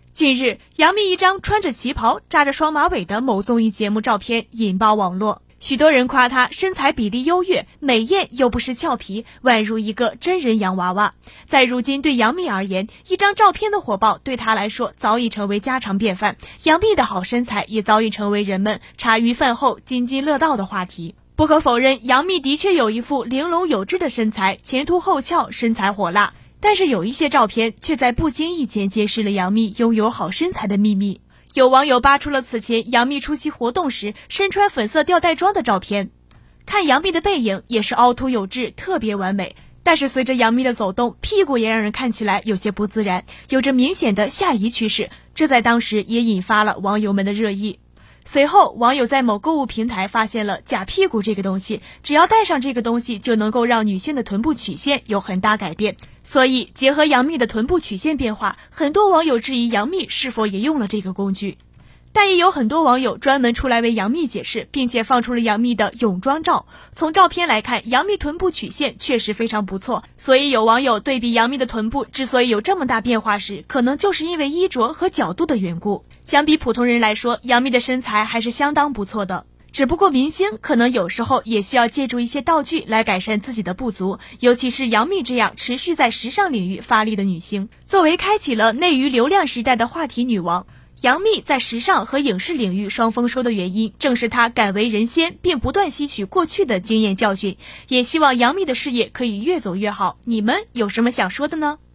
近日，杨幂一张穿着旗袍、扎着双马尾的某综艺节目照片引爆网络，许多人夸她身材比例优越，美艳又不失俏皮，宛如一个真人洋娃娃。在如今对杨幂而言，一张照片的火爆对她来说早已成为家常便饭，杨幂的好身材也早已成为人们茶余饭后津津乐道的话题。不可否认，杨幂的确有一副玲珑有致的身材，前凸后翘，身材火辣。但是有一些照片却在不经意间揭示了杨幂拥有好身材的秘密。有网友扒出了此前杨幂出席活动时身穿粉色吊带装的照片，看杨幂的背影也是凹凸有致，特别完美。但是随着杨幂的走动，屁股也让人看起来有些不自然，有着明显的下移趋势，这在当时也引发了网友们的热议。随后，网友在某购物平台发现了假屁股这个东西，只要戴上这个东西就能够让女性的臀部曲线有很大改变。所以结合杨幂的臀部曲线变化，很多网友质疑杨幂是否也用了这个工具。但也有很多网友专门出来为杨幂解释，并且放出了杨幂的泳装照。从照片来看，杨幂臀部曲线确实非常不错，所以有网友对比杨幂的臀部之所以有这么大变化时，可能就是因为衣着和角度的缘故。相比普通人来说，杨幂的身材还是相当不错的。只不过明星可能有时候也需要借助一些道具来改善自己的不足，尤其是杨幂这样持续在时尚领域发力的女星。作为开启了内娱流量时代的话题女王，杨幂在时尚和影视领域双丰收的原因，正是她敢为人先，并不断吸取过去的经验教训。也希望杨幂的事业可以越走越好。你们有什么想说的呢？